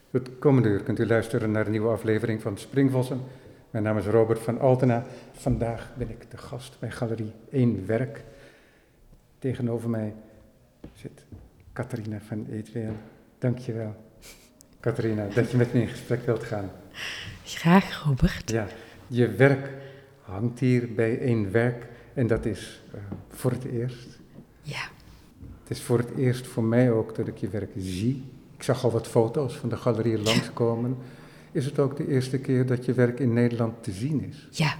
Het komende uur kunt u luisteren naar een nieuwe aflevering van Springvossen. Mijn naam is Robert van Altena. Vandaag ben ik de gast bij Galerie 1 Werk. Tegenover mij zit Catharina van Eetweel. Dankjewel, Catharina, dat je met me in gesprek wilt gaan. Graag, Robert. Ja, je werk hangt hier bij 1 Werk en dat is voor het eerst. Ja. Het is voor het eerst voor mij ook dat ik je werk zie. Ik zag al wat foto's van de galerie langskomen. Is het ook de eerste keer dat je werk in Nederland te zien is? Ja.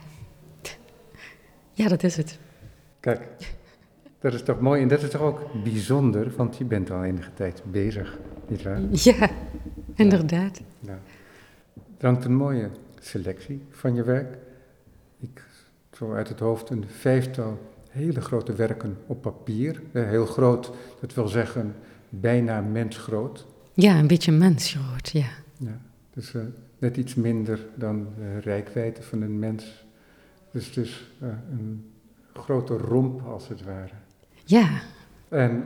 Ja, dat is het. Kijk, dat is toch mooi en dat is toch ook bijzonder, want je bent al enige tijd bezig, nietwaar? Ja, inderdaad. Ja. Er hangt een mooie selectie van je werk. Ik zo uit het hoofd een 5-tal hele grote werken op papier. Heel groot, dat wil zeggen bijna mensgroot. Ja, een beetje mensgroot, ja. Ja, dus net iets minder dan de reikwijdte van een mens. Dus het is een grote romp als het ware. Ja. En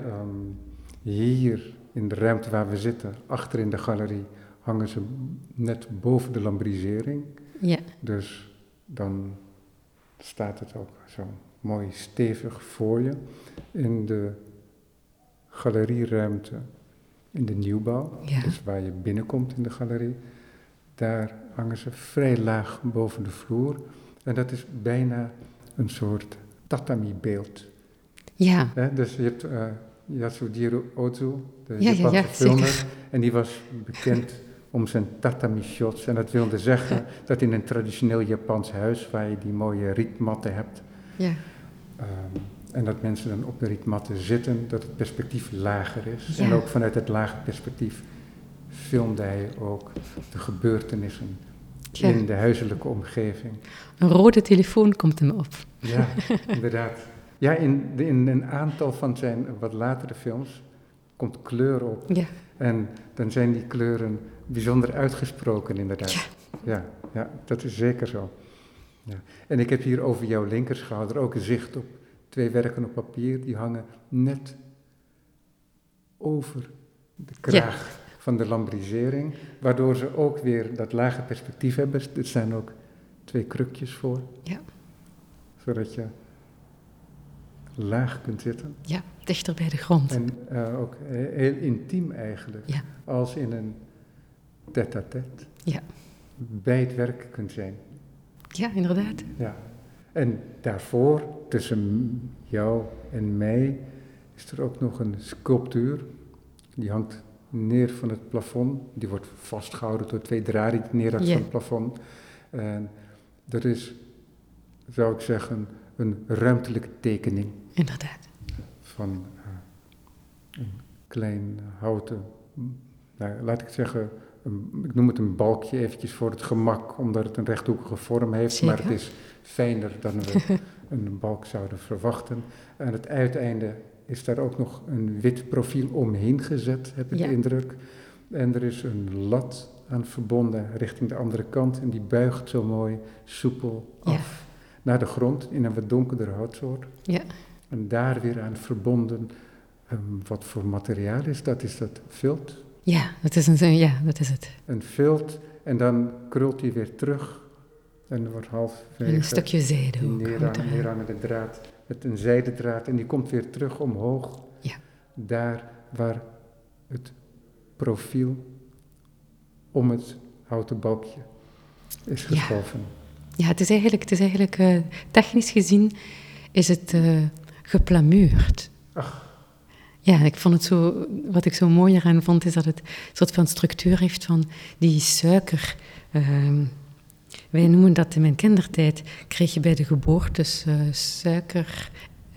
hier in de ruimte waar we zitten, achter in de galerie, hangen ze net boven de lambrisering. Ja. Dus dan staat het ook zo mooi stevig voor je. In de galerieruimte, in de nieuwbouw, Ja. dus waar je binnenkomt in de galerie, daar hangen ze vrij laag boven de vloer. En dat is bijna een soort tatami-beeld. Ja. Dus je hebt Yasujiro Ozu, de Ja, Japanse filmer, zeker. en die was bekend om zijn tatami-shots. En dat wilde zeggen dat in een traditioneel Japans huis, waar je die mooie rietmatten hebt, Ja. en dat mensen dan op de rietmatten zitten, dat het perspectief lager is. Ja. En ook vanuit het lage perspectief filmde hij ook de gebeurtenissen Ja. in de huiselijke omgeving. Een rode telefoon komt hem op. Ja, inderdaad. Ja, in een aantal van zijn wat latere films komt kleur op. Ja. En dan zijn die kleuren bijzonder uitgesproken, inderdaad. Ja, dat is zeker zo. Ja. En ik heb hier over jouw linkerschouder ook een zicht op 2 werken op papier. Die hangen net over de kraag van de lambrisering. Waardoor ze ook weer dat lage perspectief hebben. Er staan ook 2 krukjes voor. Ja. Zodat je laag kunt zitten. Ja, dichter bij de grond. En ook heel intiem eigenlijk. Ja. Als in een tête-à-tête Ja. bij het werk kunt zijn. Ja, inderdaad. Ja. En daarvoor, tussen jou en mij, is er ook nog een sculptuur. Die hangt neer van het plafond. Die wordt vastgehouden door 2 draden die neerhangt van het plafond. En dat is, zou ik zeggen, een ruimtelijke tekening. Inderdaad. Van een klein houten, laat ik zeggen, ik noem het een balkje eventjes voor het gemak, omdat het een rechthoekige vorm heeft, Zeker. maar het is fijner dan we een balk zouden verwachten. Aan het uiteinde is daar ook nog een wit profiel omheen gezet, heb ik de indruk. En er is een lat aan verbonden richting de andere kant en die buigt zo mooi soepel af naar de grond in een wat donkerder houtsoort. Ja. En daar weer aan verbonden, wat voor materiaal is dat? Is dat vilt? Ja, dat is het. Een vilt en dan krult hij weer terug en wordt halverwege En een stukje zijde ook. neerhangende draad met een zijdendraad en die komt weer terug omhoog. Ja. Daar waar het profiel om het houten balkje is geschoven. Ja, het is eigenlijk technisch gezien is het geplamuurd. Ach. Ja, ik vond het zo, wat ik zo mooi eraan vond, is dat het een soort van structuur heeft van die suiker. Wij noemen dat in mijn kindertijd, kreeg je bij de geboortes suiker,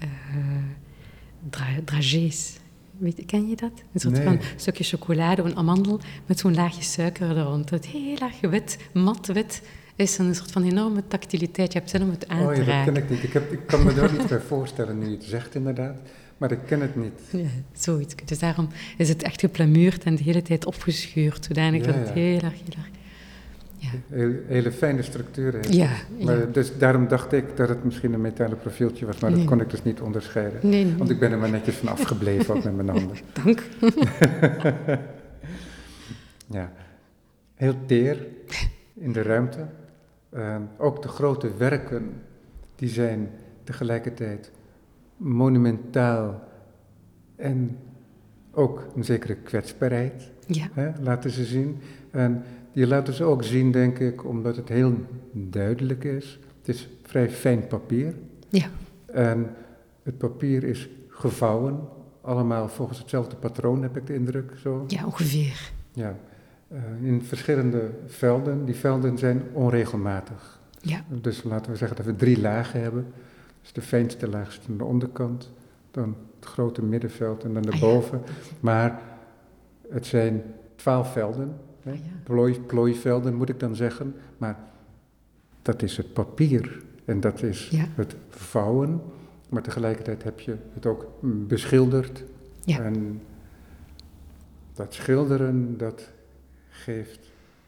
dragées. Ken je dat? Een soort van stukje chocolade of een amandel met zo'n laagje suiker er rond. Dat heel erg wit, mat wit, is een soort van enorme tactiliteit. Je hebt zin om het aan te raken. Dat ken ik niet. Ik kan me daar niet bij voorstellen nu je het zegt inderdaad. Maar ik ken het niet. Ja, zoiets. Dus daarom is het echt geplamuurd en de hele tijd opgeschuurd. Zodanig dat het heel erg... Ja. Hele fijne structuur heeft. Ja, maar dus daarom dacht ik dat het misschien een metalen profieltje was. Maar dat kon ik dus niet onderscheiden. Nee. Want ik ben er maar netjes van afgebleven, ook met mijn handen. Dank. Ja. heel teer in de ruimte. Ook de grote werken, die zijn tegelijkertijd monumentaal en ook een zekere kwetsbaarheid laten ze zien. En die laten ze ook zien, denk ik, omdat het heel duidelijk is. Het is vrij fijn papier. Ja. En het papier is gevouwen, allemaal volgens hetzelfde patroon, heb ik de indruk. Zo. Ja, ongeveer. Ja. In verschillende velden. Die velden zijn onregelmatig. Ja. Dus laten we zeggen dat we 3 lagen hebben. Dus de fijnste laag zit aan de onderkant, dan het grote middenveld en dan daarboven. Ja. Maar het zijn 12 velden, plooivelden moet ik dan zeggen. Maar dat is het papier en dat is het vouwen. Maar tegelijkertijd heb je het ook beschilderd. Ja. En dat schilderen, dat geeft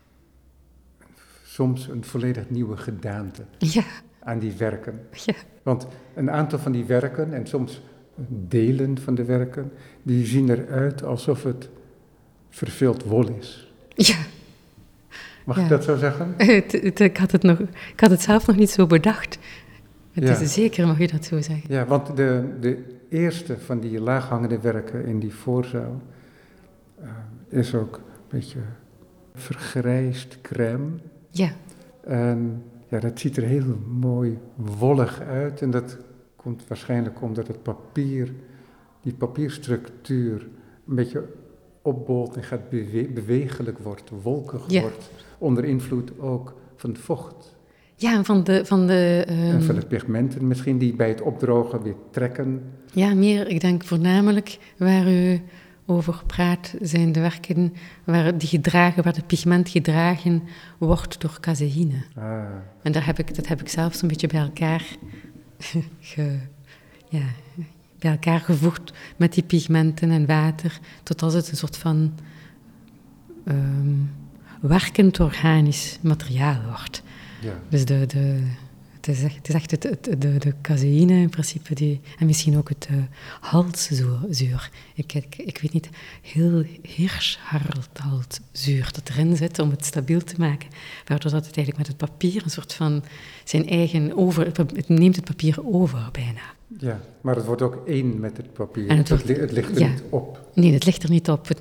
soms een volledig nieuwe gedaante aan die werken. Ja. Want een aantal van die werken, en soms delen van de werken, die zien eruit alsof het verveeld wol is. Ja. Mag ik dat zo zeggen? Ik had het zelf nog niet zo bedacht. Het is zeker, mag je dat zo zeggen. Ja, want de eerste van die laaghangende werken in die voorzaal is ook een beetje vergrijsd crème. Ja. En dat ziet er heel mooi wollig uit. En dat komt waarschijnlijk omdat het papier, die papierstructuur, een beetje opbolt en gaat bewegelijk wordt, wolkig wordt. Onder invloed ook van het vocht. Ja, en en van de pigmenten misschien die bij het opdrogen weer trekken. Ja, ik denk voornamelijk waar u over praat, zijn de werken waar het pigment gedragen wordt door caseïne. En dat heb ik zelf zo'n beetje bij elkaar gevoegd met die pigmenten en water, totdat het een soort van werkend organisch materiaal wordt. Ja. Dus het is echt de caseïne in principe, en misschien ook het halszuur. Ik weet niet, heel hirschhaltzuur dat erin zit om het stabiel te maken. Waardoor dat het eigenlijk met het papier een soort van zijn eigen het neemt het papier over bijna. Ja, maar het wordt ook één met het papier. En het ligt er niet op. Nee, het ligt er niet op.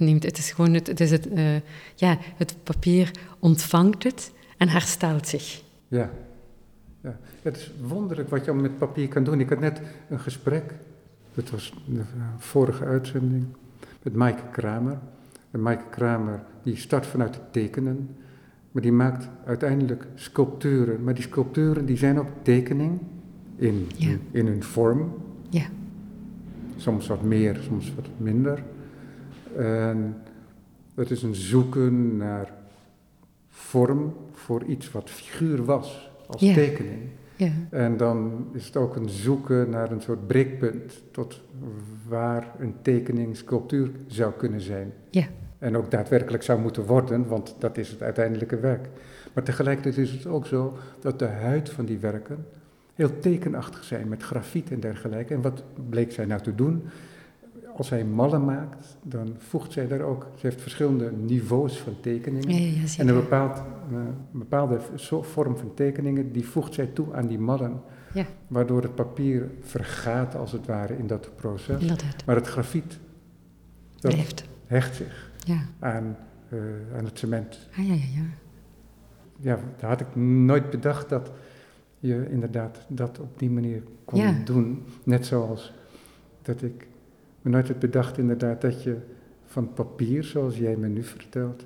Het papier ontvangt het en herstelt zich. Ja. Het is wonderlijk wat je met papier kan doen. Ik had net een gesprek, dat was de vorige uitzending, met Maaike Kramer. En Maaike Kramer die start vanuit het tekenen, maar die maakt uiteindelijk sculpturen. Maar die sculpturen die zijn ook tekening in hun vorm. Ja. Soms wat meer, soms wat minder. En het is een zoeken naar vorm voor iets wat figuur was, als tekening. Ja. En dan is het ook een zoeken naar een soort breekpunt tot waar een tekening, sculptuur zou kunnen zijn. Ja. En ook daadwerkelijk zou moeten worden, want dat is het uiteindelijke werk. Maar tegelijkertijd is het ook zo dat de huid van die werken heel tekenachtig zijn met grafiet en dergelijke. En wat bleek zij nou te doen? Als zij mallen maakt, dan voegt zij daar ook, ze heeft verschillende niveaus van tekeningen. Ja, en een bepaalde vorm van tekeningen, die voegt zij toe aan die mallen. Ja. Waardoor het papier vergaat als het ware in dat proces. Inderdaad. Maar het grafiet, dat hecht zich aan het cement. Ja, daar had ik nooit bedacht dat je inderdaad dat op die manier kon doen. Net zoals dat ik me nooit had bedacht inderdaad dat je van papier, zoals jij me nu vertelt,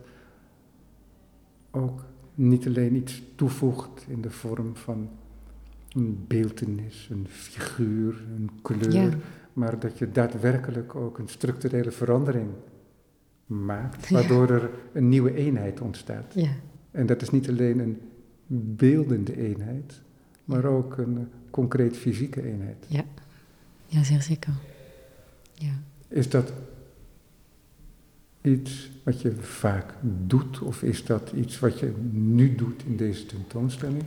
ook niet alleen iets toevoegt in de vorm van een beeltenis, een figuur, een kleur, maar dat je daadwerkelijk ook een structurele verandering maakt, waardoor er een nieuwe eenheid ontstaat. Ja. En dat is niet alleen een beeldende eenheid, maar ook een concreet fysieke eenheid. Ja, zeer zeker. Ja. Is dat iets wat je vaak doet, of is dat iets wat je nu doet in deze tentoonstelling?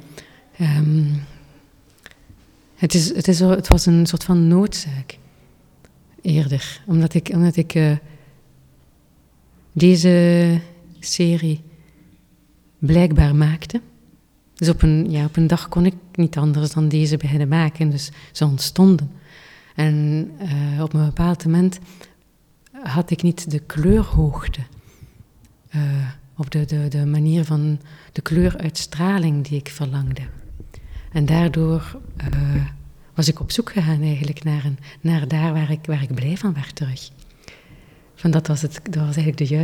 Het was een soort van noodzaak eerder, omdat ik deze serie blijkbaar maakte. Dus op een dag kon ik niet anders dan deze beginnen maken. Dus ze ontstonden. En op een bepaald moment had ik niet de kleurhoogte. Of de manier van de kleuruitstraling die ik verlangde. En daardoor was ik op zoek gegaan eigenlijk naar daar waar ik blij van werd terug. Dat was eigenlijk de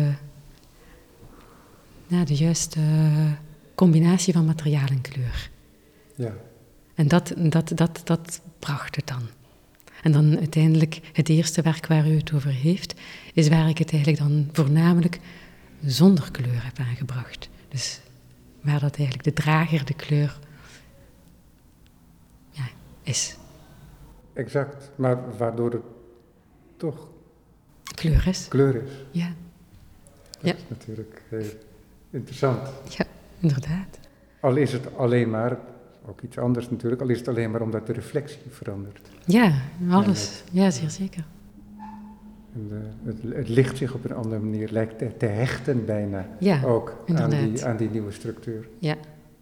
juiste combinatie van materiaal en kleur. Ja. En dat bracht het dan. En dan uiteindelijk het eerste werk waar u het over heeft, is waar ik het eigenlijk dan voornamelijk zonder kleur heb aangebracht. Dus waar dat eigenlijk de drager, de kleur, is. Exact, maar waardoor het toch Kleur is. kleur is. Ja. Dat is natuurlijk heel interessant. Ja, inderdaad. Al is het alleen maar, ook iets anders natuurlijk, al is het alleen maar omdat de reflectie verandert. Ja, alles. Ja, zeer zeker. En het licht zich op een andere manier lijkt te hechten bijna ook aan die nieuwe structuur. Ja.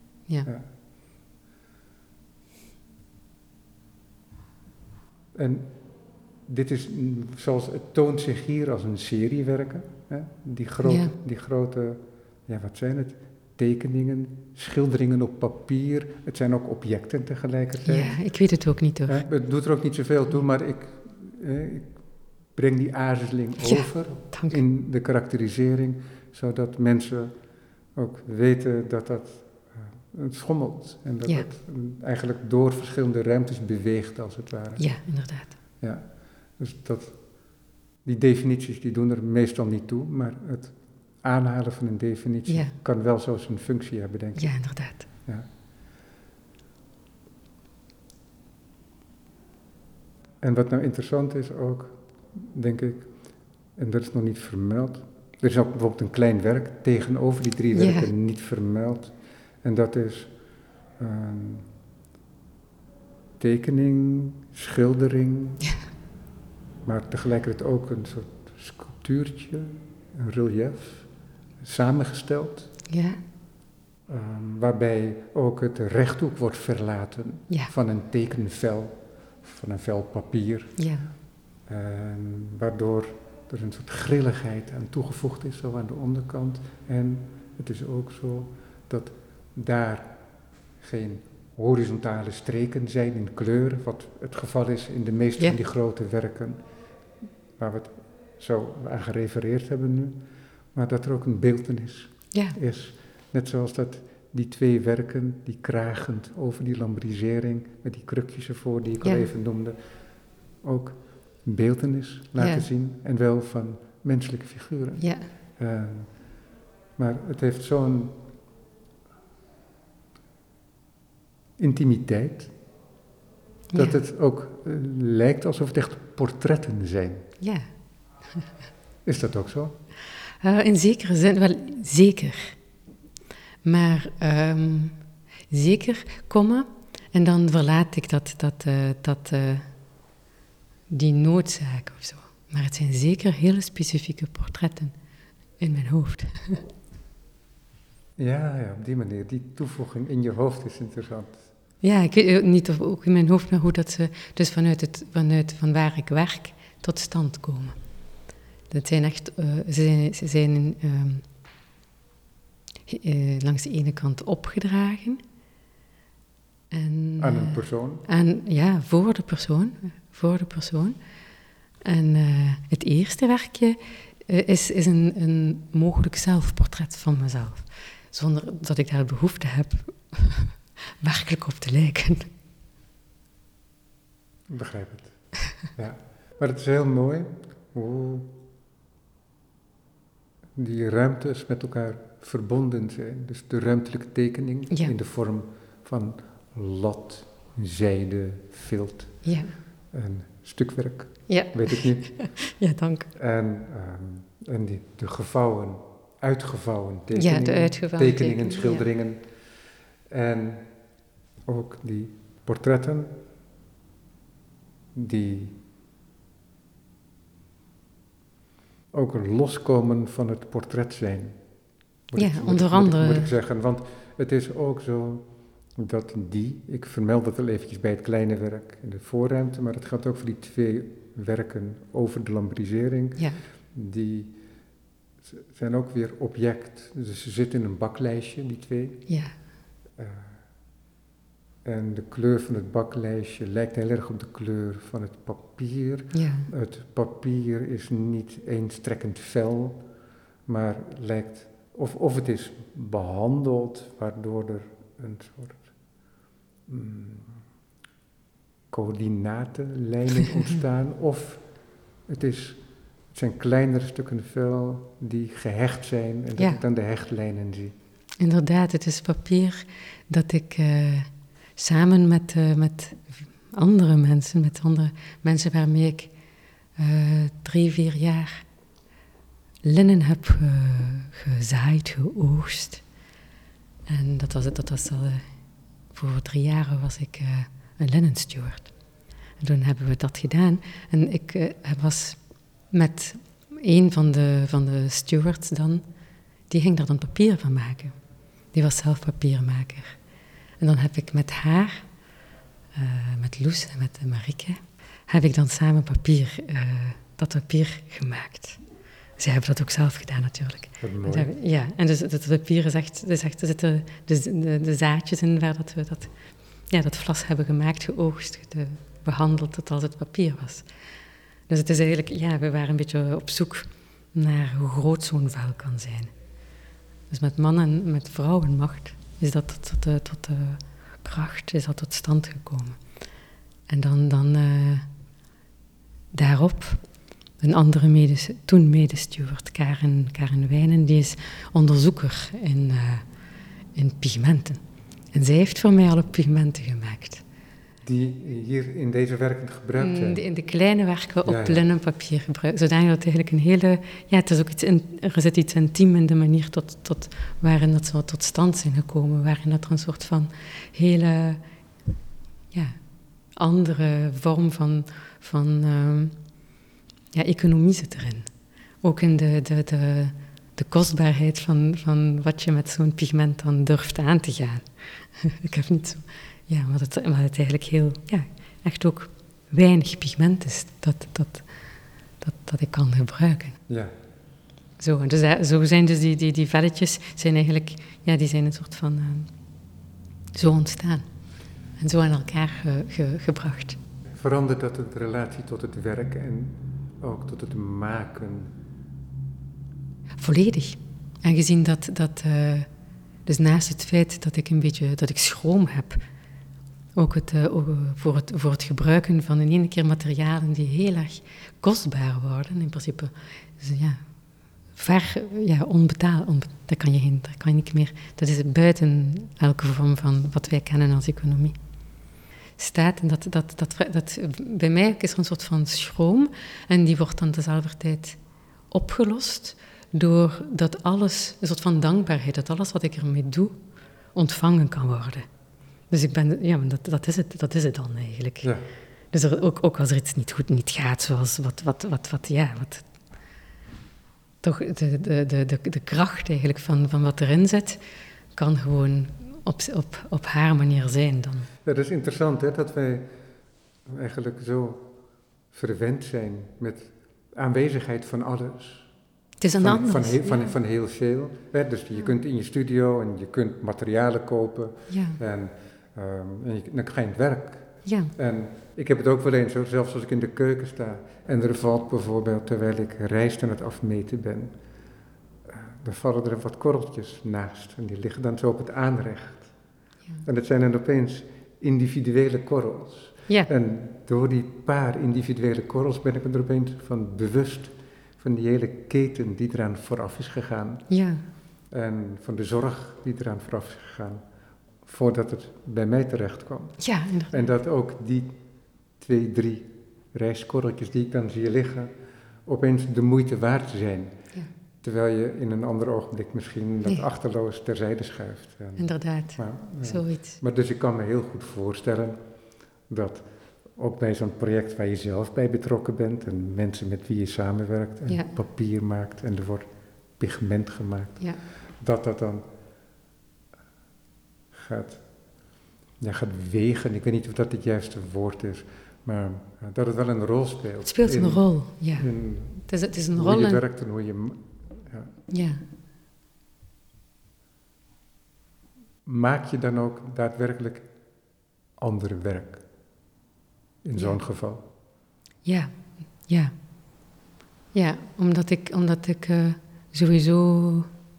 En dit is, zoals het toont zich hier als een serie werken. Hè? Die grote, wat zijn het? Tekeningen, schilderingen op papier. Het zijn ook objecten tegelijkertijd. Ja, ik weet het ook niet hoor. Het doet er ook niet zoveel toe, maar ik breng die aarzeling over in de karakterisering, zodat mensen ook weten dat het schommelt. En dat het eigenlijk door verschillende ruimtes beweegt, als het ware. Ja, inderdaad. Ja, dus die definities die doen er meestal niet toe, maar het aanhalen van een definitie kan wel zo zijn functie hebben, denk ik. Ja, inderdaad. Ja. En wat nou interessant is ook, denk ik, en dat is nog niet vermeld. Er is ook bijvoorbeeld een klein werk tegenover die 3 werken niet vermeld. En dat is tekening, schildering, maar tegelijkertijd ook een soort sculptuurtje, een relief, samengesteld. Ja. Waarbij ook het rechthoek wordt verlaten van een tekenvel, van een vel papier. Ja. Waardoor er een soort grilligheid aan toegevoegd is, zo aan de onderkant. En het is ook zo dat daar geen horizontale streken zijn in kleur, wat het geval is in de meeste van die grote werken, waar we het zo aan gerefereerd hebben nu. Maar dat er ook een beeltenis is. Net zoals dat die 2 werken, die kragend over die lambrisering, met die krukjes ervoor die ik al even noemde, ook een beeltenis laten zien. En wel van menselijke figuren. Ja. Maar het heeft zo'n intimiteit, dat het ook lijkt alsof het echt portretten zijn. Ja. Is dat ook zo? In zekere zin, wel zeker. Maar zeker, en dan verlaat ik die noodzaak of zo. Maar het zijn zeker hele specifieke portretten in mijn hoofd. Ja, op die manier. Die toevoeging in je hoofd is interessant. Ja, ik weet niet of ook in mijn hoofd, maar hoe dat ze dus van waar ik werk tot stand komen. Dat zijn echt, ze zijn langs de ene kant opgedragen. En, aan een persoon? Voor de persoon. En het eerste werkje is een mogelijk zelfportret van mezelf. Zonder dat ik daar behoefte heb werkelijk op te lijken. Ik begrijp het. Ja. Maar het is heel mooi hoe die ruimtes met elkaar verbonden zijn. Dus de ruimtelijke tekening in de vorm van lat, zijde, vilt, een stukwerk, weet ik niet. Ja, dank. En de gevouwen, uitgevouwen tekeningen, de uitgevouwen tekeningen, schilderingen. En ook die portretten, die ook loskomen van het portret zijn. onder andere. Moet ik zeggen, want het is ook zo dat ik vermeld het al eventjes bij het kleine werk in de voorruimte, maar het gaat ook voor die 2 werken over de lambrisering. Ja. Die zijn ook weer object, dus ze zitten in een baklijstje, die 2. Ja. En de kleur van het baklijstje lijkt heel erg op de kleur van het papier. Ja. Het papier is niet eenstrekkend fel, maar lijkt, of het is behandeld, waardoor er een soort coördinatenlijnen ontstaan, of het zijn kleinere stukken vel die gehecht zijn en dat ik dan de hechtlijnen zie. Inderdaad, het is papier dat ik samen met andere mensen waarmee ik 3-4 jaar linnen heb gezaaid, geoogst. En dat was al, voor 3 jaar was ik een linnensteward. En toen hebben we dat gedaan. En ik was met een van de stewards dan, die ging daar dan papier van maken. Die was zelf papiermaker. En dan heb ik met haar, met Loes en met Marieke, heb ik dan samen dat papier gemaakt. Zij hebben dat ook zelf gedaan natuurlijk. Wat mooi. Ja, en dus het papier er zitten de zaadjes in waar we dat vlas hebben gemaakt, geoogst, behandeld tot als het papier was. Dus het is eigenlijk, we waren een beetje op zoek naar hoe groot zo'n vel kan zijn. Dus met man en met vrouwenmacht is dat tot de kracht, is dat tot stand gekomen. En dan daarop een andere toen medesteward, Karen Wijnen, die is onderzoeker in pigmenten. En zij heeft voor mij alle pigmenten gemaakt. Die hier in deze werken gebruikt zijn? In de kleine werken op linnenpapier gebruikt. Zodanig dat eigenlijk een hele... Ja, het is ook er zit iets intiem in de manier tot waarin dat zo tot stand zijn gekomen. Waarin dat er een soort van hele andere vorm van economie zit erin. Ook in de kostbaarheid van wat je met zo'n pigment dan durft aan te gaan. Ik heb niet zo... Ja, wat het eigenlijk heel... Ja, echt ook weinig pigment is dat ik kan gebruiken. Ja. Zo zijn dus die velletjes zijn eigenlijk... Ja, die zijn een soort van... zo ontstaan. En zo aan elkaar gebracht. Verandert dat de relatie tot het werk en ook tot het maken? Volledig. Aangezien dus naast het feit dat ik schroom heb, ook voor het gebruiken van in één keer materialen die heel erg kostbaar worden, in principe, dus onbetaalbaar, dat kan je niet meer, dat is buiten elke vorm van wat wij kennen als economie. Staat en dat bij mij is er een soort van schroom en die wordt dan tezelfde tijd opgelost door dat alles, een soort van dankbaarheid, dat alles wat ik ermee doe, ontvangen kan worden. Dus ik ben, dat is het dan eigenlijk. Ja. Dus ook als er iets niet gaat, zoals toch de kracht eigenlijk van wat erin zit, kan gewoon op haar manier zijn dan. Ja, dat is interessant, hè, dat wij eigenlijk zo verwend zijn met aanwezigheid van alles. Het is van heel veel. Hè? Dus je kunt in je studio en je kunt materialen kopen. Ja. En dan ga je aan het werk. Ja. En ik heb het ook wel eens, zelfs als ik in de keuken sta en er valt bijvoorbeeld, terwijl ik rijst aan het afmeten ben, dan vallen er wat korreltjes naast en die liggen dan zo op het aanrecht. Ja. En dat zijn dan opeens individuele korrels. Ja. En door die paar individuele korrels ben ik me er opeens van bewust van die hele keten die eraan vooraf is gegaan. Ja. En van de zorg die eraan vooraf is gegaan, voordat het bij mij terecht kwam. Ja, inderdaad. En dat ook die 2, 3 rijstkorreltjes die ik dan zie liggen, opeens de moeite waard zijn. Ja. Terwijl je in een ander ogenblik misschien dat achterloos terzijde schuift. En, inderdaad, zoiets. Maar dus ik kan me heel goed voorstellen dat ook bij zo'n project waar je zelf bij betrokken bent en mensen met wie je samenwerkt en papier maakt en er wordt pigment gemaakt, dat dan gaat wegen. Ik weet niet of dat het juiste woord is, maar dat het wel een rol speelt. Het speelt een rol, ja. Het is een hoe rol je werkt en hoe je... Ja. Maak je dan ook daadwerkelijk ander werk in zo'n geval? Ja. Ja, omdat ik sowieso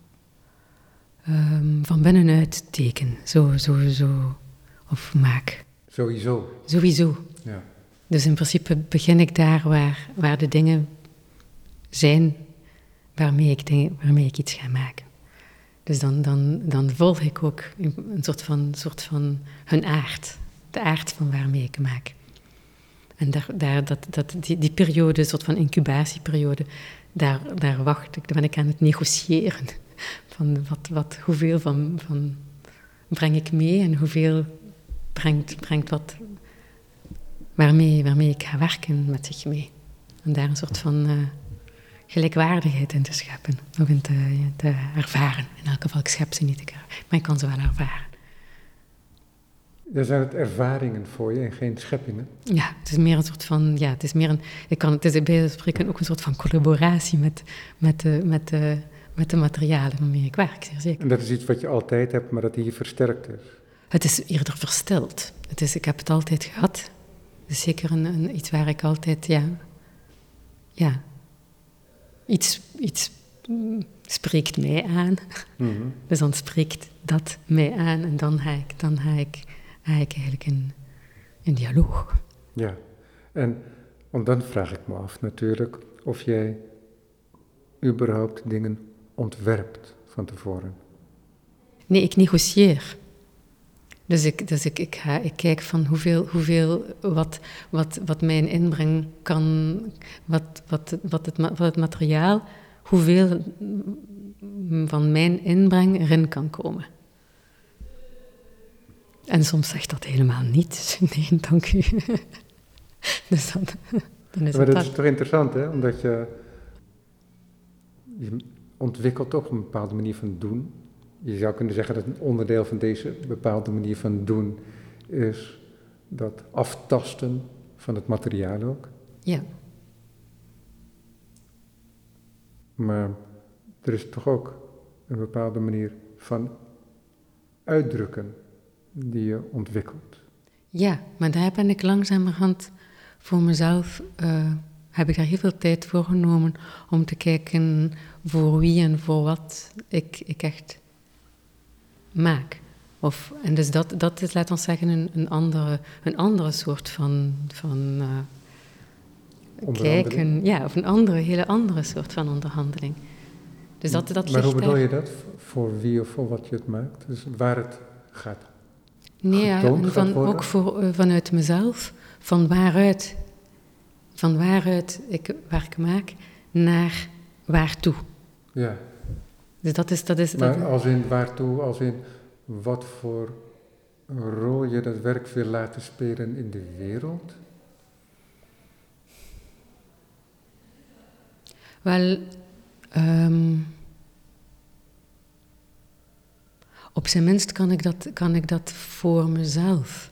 van binnenuit teken, zo, of maak. Sowieso. Ja. Dus in principe begin ik daar waar de dingen zijn waarmee ik iets ga maken. Dus dan volg ik ook een soort van hun aard, de aard van waarmee ik maak. En die periode, een soort van incubatieperiode, daar wacht ik, daar ben ik aan het negociëren. Van hoeveel van breng ik mee en hoeveel brengt wat waarmee ik ga werken met zich mee. En daar een soort van gelijkwaardigheid in te scheppen, of in te ervaren. In elk geval, ik schep ze niet, maar ik kan ze wel ervaren. Er zijn het ervaringen voor je en geen scheppingen. Ja, het is meer een soort van, het is bij wijze van spreken ook een soort van collaboratie met de materialen waarmee ik werk, zeer zeker. En dat is iets wat je altijd hebt, maar dat hier versterkt is. Het is eerder versteld. Ik heb het altijd gehad. Het is zeker iets waar ik altijd, iets spreekt mij aan. Mm-hmm. Dus dan spreekt dat mij aan en dan ga ik eigenlijk in dialoog. Ja, want dan vraag ik me af natuurlijk of jij überhaupt dingen ontwerpt van tevoren. Nee, ik negocieer. Dus ik kijk van hoeveel wat mijn inbreng kan, wat het materiaal, hoeveel van mijn inbreng erin kan komen. En soms zegt dat helemaal niet. Nee, dank u. Dus dan is maar het dat is toch interessant, hè? Omdat je ontwikkelt toch een bepaalde manier van doen. Je zou kunnen zeggen dat een onderdeel van deze bepaalde manier van doen is dat aftasten van het materiaal ook. Ja. Maar er is toch ook een bepaalde manier van uitdrukken die je ontwikkelt. Ja, maar daar ben ik langzamerhand voor mezelf, heb ik daar heel veel tijd voor genomen om te kijken voor wie en voor wat ik echt maak. En dus dat is, laat ons zeggen, een andere soort van kijken. Ja, of een hele andere soort van onderhandeling. Dus dat maar hoe bedoel daar. je dat? Voor wie of voor wat je het maakt? Dus waar het gaat Nee, getoond gaat worden? ook vanuit mezelf, van waaruit ik werk maak, naar waartoe. Ja. Dus dat is. Maar als in waartoe, als in wat voor rol je dat werk wil laten spelen in de wereld? Wel, op zijn minst kan ik dat voor mezelf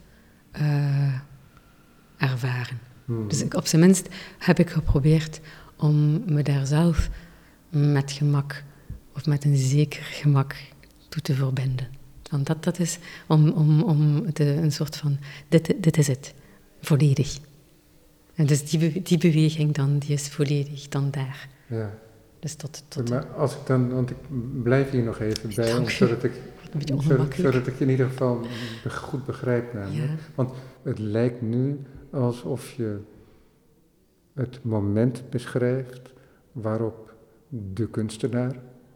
ervaren. Dus op zijn minst heb ik geprobeerd om me daar zelf met gemak, of met een zeker gemak, toe te verbinden. Want dat is een soort van, dit is het, volledig. En dus die beweging dan, die is volledig dan daar. Ja. Dus tot maar als ik dan, want ik blijf hier nog even bij, zodat ik in ieder geval goed begrijp namelijk. Ja. Want het lijkt nu alsof je het moment beschrijft waarop de kunstenaar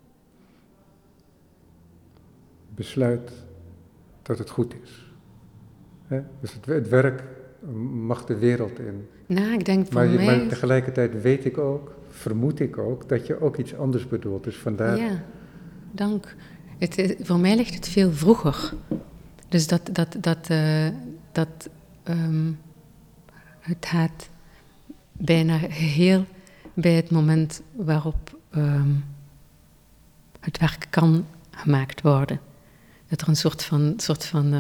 besluit dat het goed is. Dus het werk mag de wereld in. Nou, ik denk voor mij... Maar tegelijkertijd weet ik ook, vermoed ik ook, dat je ook iets anders bedoelt. Dus vandaar... Ja, dank. Voor mij ligt het veel vroeger. Dus het gaat bijna geheel bij het moment waarop het werk kan gemaakt worden. Dat er een soort van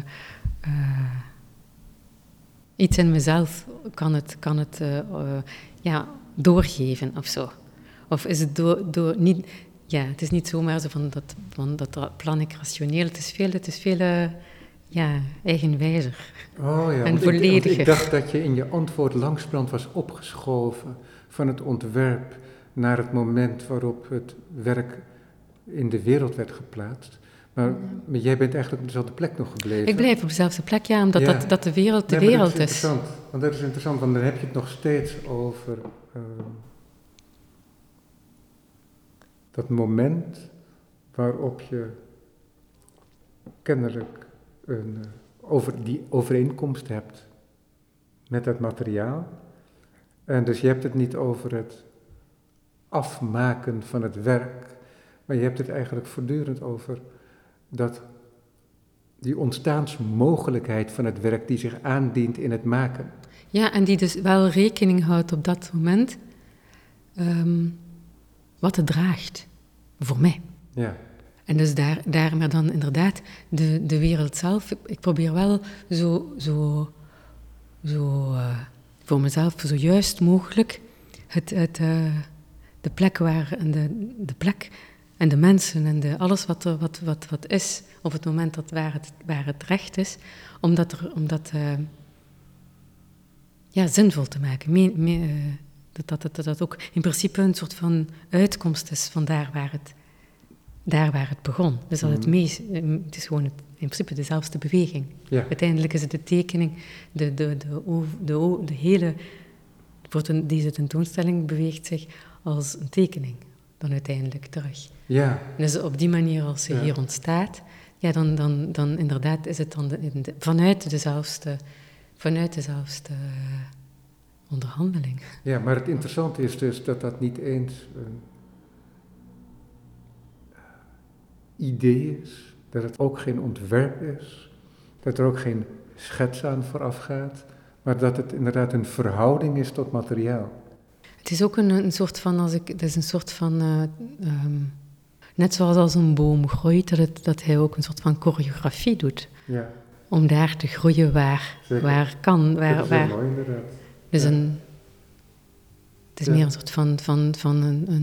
iets in mezelf kan het doorgeven of zo. Of is het door niet... Ja, het is niet zomaar zo van dat plan ik rationeel. Het is veel eigenwijzer. Oh ja, en vollediger. Ik dacht dat je in je antwoord langzamerhand was opgeschoven van het ontwerp naar het moment waarop het werk in de wereld werd geplaatst. Maar jij bent eigenlijk op dezelfde plek nog gebleven. Ik blijf op dezelfde plek, ja, omdat dat de wereld de wereld is. Want dat is interessant, want dan heb je het nog steeds over dat moment waarop je kennelijk die overeenkomst hebt met het materiaal. En dus je hebt het niet over het afmaken van het werk, maar je hebt het eigenlijk voortdurend over die ontstaansmogelijkheid van het werk die zich aandient in het maken. Ja, en die dus wel rekening houdt op dat moment wat het draagt, voor mij. Ja. En dus daar maar dan inderdaad de wereld zelf. Ik probeer wel zo voor mezelf zo juist mogelijk de plek waar en de plek en de mensen en alles wat is op het moment waar het recht is, om dat zinvol te maken. Dat ook in principe een soort van uitkomst is van daar waar het begon. Dus dat het is gewoon in principe dezelfde beweging. Ja. Uiteindelijk is het de tekening, de hele... Deze tentoonstelling beweegt zich als een tekening dan uiteindelijk terug. Ja. Dus op die manier, als ze hier ontstaat, ja, dan inderdaad is het dan vanuit dezelfde onderhandeling. Ja, maar het interessante is dus dat niet eens een idee is, dat het ook geen ontwerp is, dat er ook geen schets aan vooraf gaat, maar dat het inderdaad een verhouding is tot materiaal. Het is ook een soort van, net zoals als een boom groeit, dat hij ook een soort van choreografie doet. Ja. Om daar te groeien waar kan. Dat is heel mooi inderdaad. Dus het is meer een soort van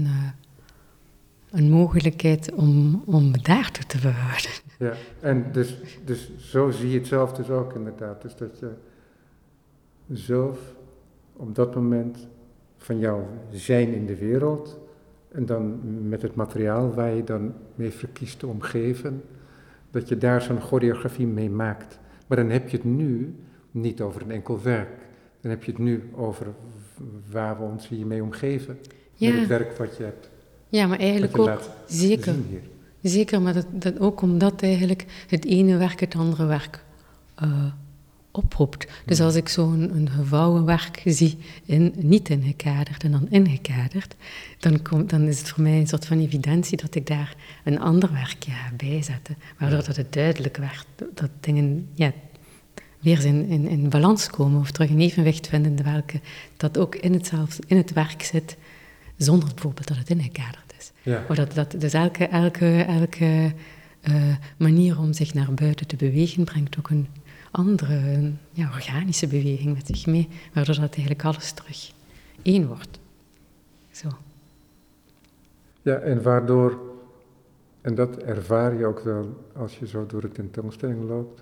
een mogelijkheid om daartoe te behouden. Ja, en dus zo zie je het zelf dus ook inderdaad. Dus dat je zelf op dat moment van jouw zijn in de wereld en dan met het materiaal waar je dan mee verkiest te omgeven, dat je daar zo'n choreografie mee maakt. Maar dan heb je het nu niet over een enkel werk. Dan heb je het nu over waar we ons hiermee omgeven. Ja. Met het werk wat je hebt. Ja, maar eigenlijk ook, zeker. Zeker, maar dat ook omdat eigenlijk het ene werk het andere werk oproept. Dus als ik zo'n gevouwen werk zie, niet ingekaderd en dan ingekaderd, dan is het voor mij een soort van evidentie dat ik daar een ander werk ga bijzetten. Waardoor dat het duidelijk werd dat dingen weer in balans komen of terug een evenwicht vinden, welke dat ook in het werk zit, zonder bijvoorbeeld dat het ingekaderd is. Ja. Maar dus elke manier om zich naar buiten te bewegen brengt ook een andere organische beweging met zich mee, waardoor dat eigenlijk alles terug één wordt. Zo. Ja, en waardoor, en dat ervaar je ook wel als je zo door de tentoonstelling loopt,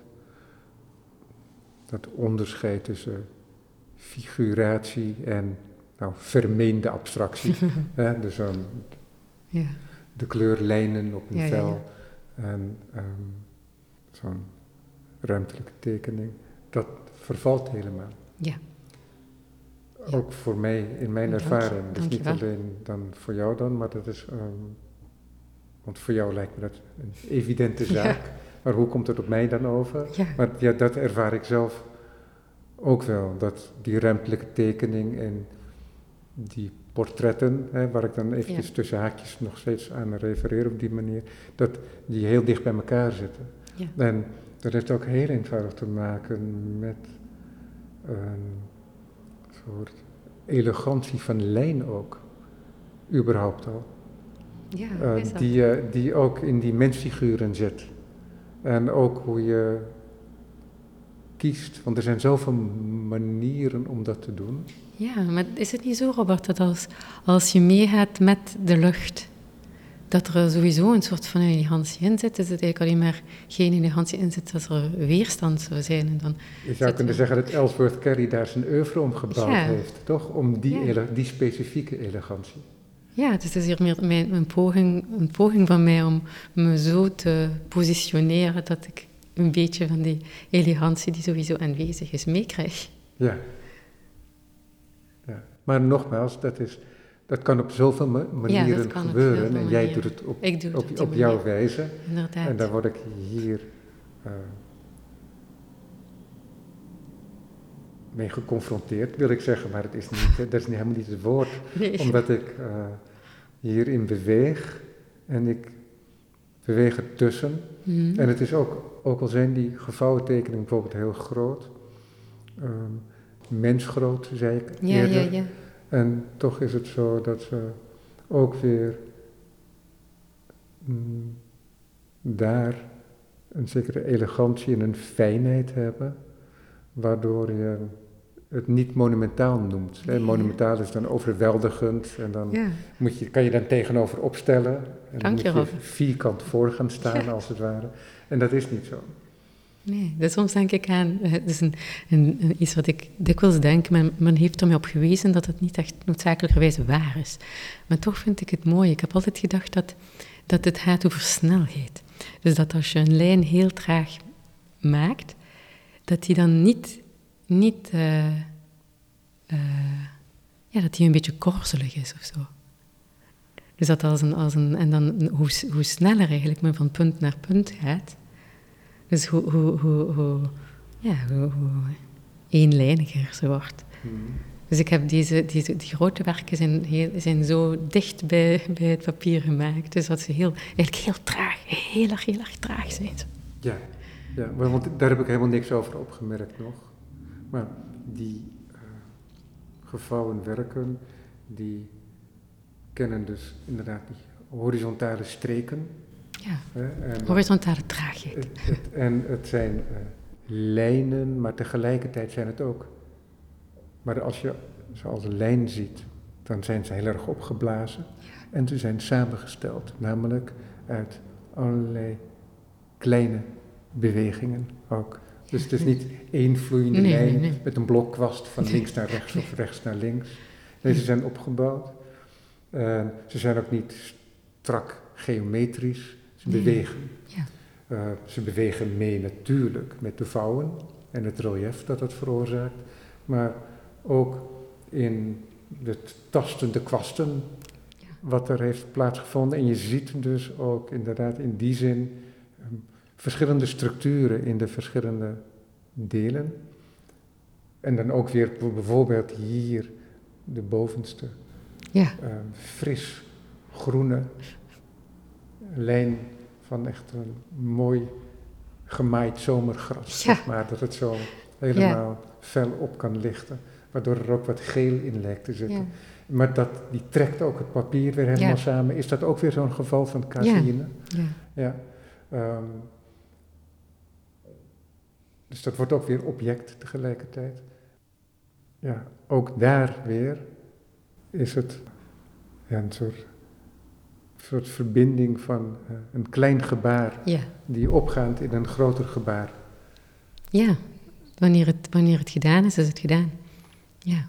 dat onderscheid tussen figuratie en vermeende abstractie. Dus de kleurlijnen op een vel en zo'n ruimtelijke tekening, dat vervalt helemaal. Ja. Ook voor mij, in mijn ervaring. Dus niet alleen dan voor jou dan, maar dat is, want voor jou lijkt me dat een evidente zaak. Ja. Maar hoe komt het op mij dan over? Ja. Maar ja, dat ervaar ik zelf ook wel, dat die ruimtelijke tekening en die portretten, waar ik dan eventjes tussen haakjes nog steeds aan refereer op die manier, dat die heel dicht bij elkaar zitten. Ja. En dat heeft ook heel eenvoudig te maken met een soort elegantie van lijn ook, überhaupt al. Ja, is dat? die ook in die mensfiguren zit. En ook hoe je kiest, want er zijn zoveel manieren om dat te doen. Ja, maar is het niet zo, Robert, dat als je meegaat met de lucht, dat er sowieso een soort van elegantie in zit? Is het eigenlijk alleen maar geen elegantie in zit als er weerstand zou zijn? En dan Je zou kunnen zeggen dat Ellsworth Kelly daar zijn oeuvre om gebouwd heeft, toch? Om die specifieke elegantie. Ja, dus het is hier meer een poging van mij om me zo te positioneren dat ik een beetje van die elegantie die sowieso aanwezig is meekrijg. Ja. Maar nogmaals, dat kan op zoveel manieren gebeuren en jij doet het op jouw wijze. Inderdaad. En daar word ik hier mee geconfronteerd, wil ik zeggen, maar het is niet, dat is helemaal niet het woord. Nee. Omdat ik hierin beweeg en ik beweeg ertussen. Mm-hmm. En het is ook al zijn die gevouwen tekeningen bijvoorbeeld heel groot, mensgroot, zei ik eerder. Ja. En toch is het zo dat ze ook weer daar een zekere elegantie en een fijnheid hebben, waardoor je het niet monumentaal noemt. Ja. Monumentaal is dan overweldigend en dan kan je dan tegenover opstellen. En dan moet je vierkant voor gaan staan, als het ware. En dat is niet zo. Nee, dus soms denk ik aan, het is iets wat ik dikwijls denk, men heeft er mij op gewezen dat het niet echt noodzakelijkerwijs waar is. Maar toch vind ik het mooi. Ik heb altijd gedacht dat het gaat over snelheid. Dus dat als je een lijn heel traag maakt, dat die dan niet dat die een beetje korzelig is of zo. Dus dat en dan hoe sneller eigenlijk men van punt naar punt gaat. Dus hoe eenlijniger ze wordt. Mm. Dus ik heb die grote werken zijn zo dicht bij het papier gemaakt. Dus dat ze eigenlijk heel traag, heel erg traag zijn. Ja, want daar heb ik helemaal niks over opgemerkt nog. Maar die gevouwen werken, die kennen dus inderdaad die horizontale streken. Ja, horizontale traagheid. Het zijn lijnen, maar tegelijkertijd zijn het ook. Maar als je ze als een lijn ziet, dan zijn ze heel erg opgeblazen. Ja. En ze zijn samengesteld, namelijk uit allerlei kleine bewegingen ook. Dus het is niet één vloeiende lijn met een blokkwast van links naar rechts of rechts naar links. Nee, ze zijn opgebouwd. Ze zijn ook niet strak geometrisch. Ze bewegen. Ja. Ze bewegen mee natuurlijk met de vouwen en het relief dat veroorzaakt. Maar ook in het tastende kwasten wat er heeft plaatsgevonden. En je ziet dus ook inderdaad in die zin verschillende structuren in de verschillende delen. En dan ook weer bijvoorbeeld hier de bovenste fris groene lijn van echt een mooi gemaaid zomergras, zeg maar, dat het zo helemaal fel op kan lichten, waardoor er ook wat geel in lijkt te zitten. Ja. Maar die trekt ook het papier weer helemaal samen. Is dat ook weer zo'n geval van caseïne? Ja. Dus dat wordt ook weer object tegelijkertijd. Ja, ook daar weer is het een soort verbinding van een klein gebaar die opgaat in een groter gebaar. Ja, wanneer het gedaan is het gedaan. Ja.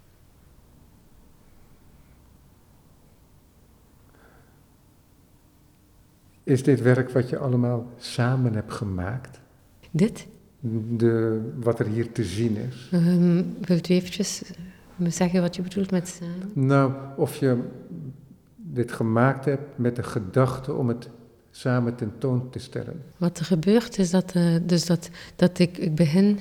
Is dit werk wat je allemaal samen hebt gemaakt? Dit? Wat er hier te zien is. Wilt u eventjes me zeggen wat je bedoelt met samen? Nou, of je dit gemaakt hebt met de gedachte om het samen tentoon te stellen. Wat er gebeurt is dat ik begin...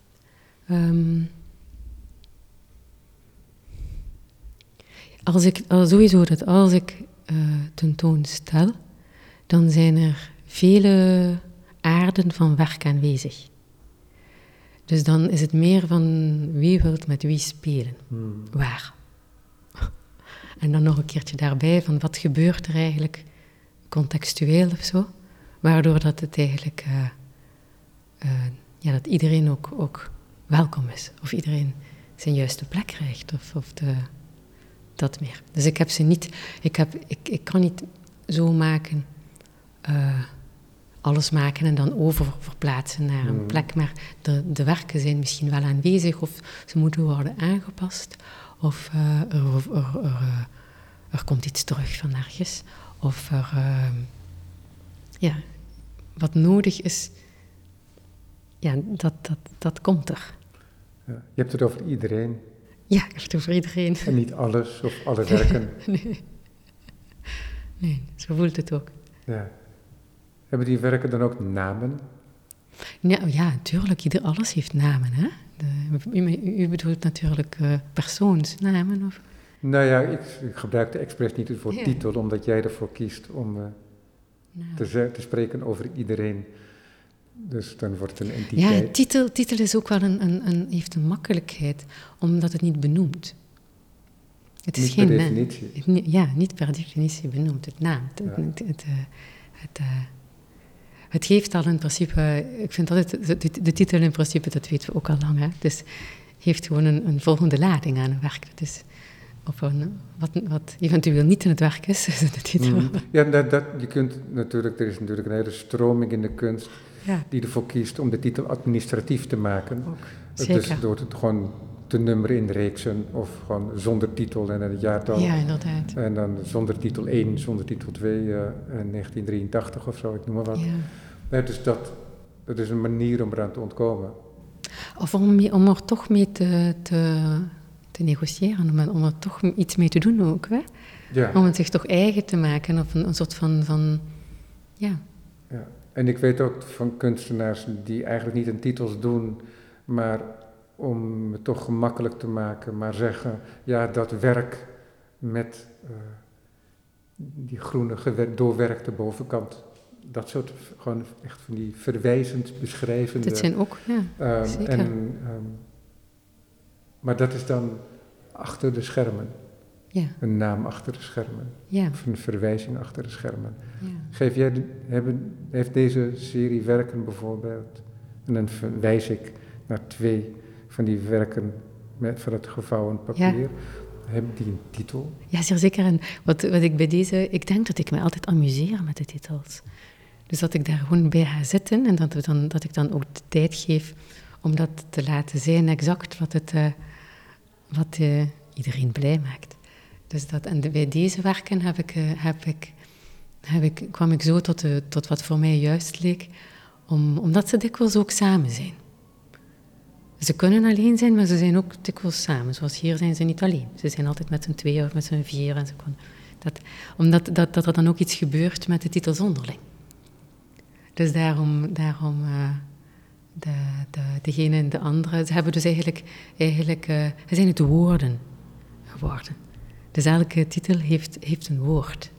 als ik tentoonstel, dan zijn er vele aarden van werk aanwezig. Dus dan is het meer van wie wil met wie spelen. Waar. En dan nog een keertje daarbij van wat gebeurt er eigenlijk contextueel of zo. Waardoor dat het eigenlijk, dat iedereen ook welkom is. Of iedereen zijn juiste plek krijgt. Dat meer. Dus ik heb ze niet, ik kan niet zo maken, alles maken en dan oververplaatsen naar een plek. Maar de werken zijn misschien wel aanwezig of ze moeten worden aangepast. Of er komt iets terug van ergens. Of wat nodig is, dat komt er. Ja, je hebt het over iedereen. Ja, ik heb het over iedereen. En niet alles of alle werken. Nee, zo voelt het ook. Ja. Hebben die werken dan ook namen? Ja, natuurlijk. Alles heeft namen, hè? U bedoelt natuurlijk persoonsnamen, of? Nou ja, ik gebruik de expres niet het woord titel, omdat jij ervoor kiest om te spreken over iedereen. Dus dan wordt het een entiteit. Ja, titel is ook wel heeft een makkelijkheid, omdat het niet benoemt. Het is niet geen per definitie. Niet per definitie benoemd. Het naamt. Het geeft al in principe, ik vind altijd, de titel in principe, dat weten we ook al lang, hè. Dus heeft gewoon een volgende lading aan een werk. Dus wat eventueel niet in het werk is de titel. Ja, je kunt natuurlijk, er is natuurlijk een hele stroming in de kunst die ervoor kiest om de titel administratief te maken. Ook, dus door het gewoon te nummeren in reeksen of gewoon zonder titel en het jaartal. Ja, inderdaad. En dan zonder titel 1, zonder titel 2, 1983 of zo, ik noem maar wat. Ja. Dus dat is een manier om eraan te ontkomen. Of om er toch mee te negociëren, om er toch iets mee te doen ook, hè? Ja. Om het zich toch eigen te maken, of een soort van ja. En ik weet ook van kunstenaars die eigenlijk niet aan titels doen, maar om het toch gemakkelijk te maken, maar zeggen, ja, dat werk met die groene doorwerkte bovenkant, dat soort gewoon echt van die verwijzend beschrijvende. Dat zijn ook, zeker. Maar dat is dan achter de schermen. Ja. Een naam achter de schermen. Ja. Of een verwijzing achter de schermen. Ja. Heeft deze serie werken bijvoorbeeld, en dan verwijs ik naar 2 van die werken van het gevouwen papier. Ja. Hebben die een titel? Ja, zeer zeker. En wat ik bij deze, ik denk dat ik me altijd amuseer met de titels. Dus dat ik daar gewoon bij ga zitten en dat ik dan ook de tijd geef om dat te laten zijn, exact wat iedereen blij maakt. Dus bij deze werken kwam ik zo tot wat voor mij juist leek, omdat ze dikwijls ook samen zijn. Ze kunnen alleen zijn, maar ze zijn ook dikwijls samen. Zoals hier zijn ze niet alleen. Ze zijn altijd met z'n 2 of met z'n 4. En omdat er dan ook iets gebeurt met de titels onderling. Dus daarom degene en de andere, ze hebben dus eigenlijk ze zijn het woorden geworden. Dus elke titel heeft een woord.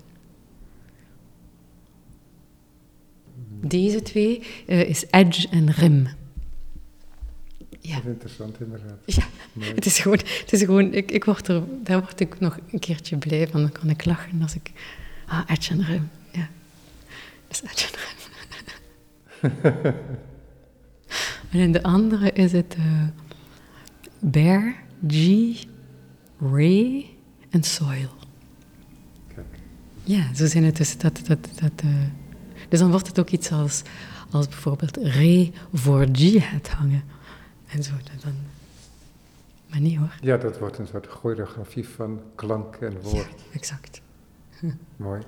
Deze 2 is edge en rim. Ja. Dat is interessant, inderdaad. Ja, het is gewoon daar word ik nog een keertje blij van. Dan kan ik lachen als ik... edge en rim, ja. Dus edge en rim. En in de andere is het bear, G, ray en soil. Kijk. Ja, zo zijn het dus. Dus dan wordt het ook iets als bijvoorbeeld ray voor G het hangen. En zo, dan... Maar nee hoor. Ja, dat wordt een soort choreografie van klank en woord. Ja, exact. Mooi.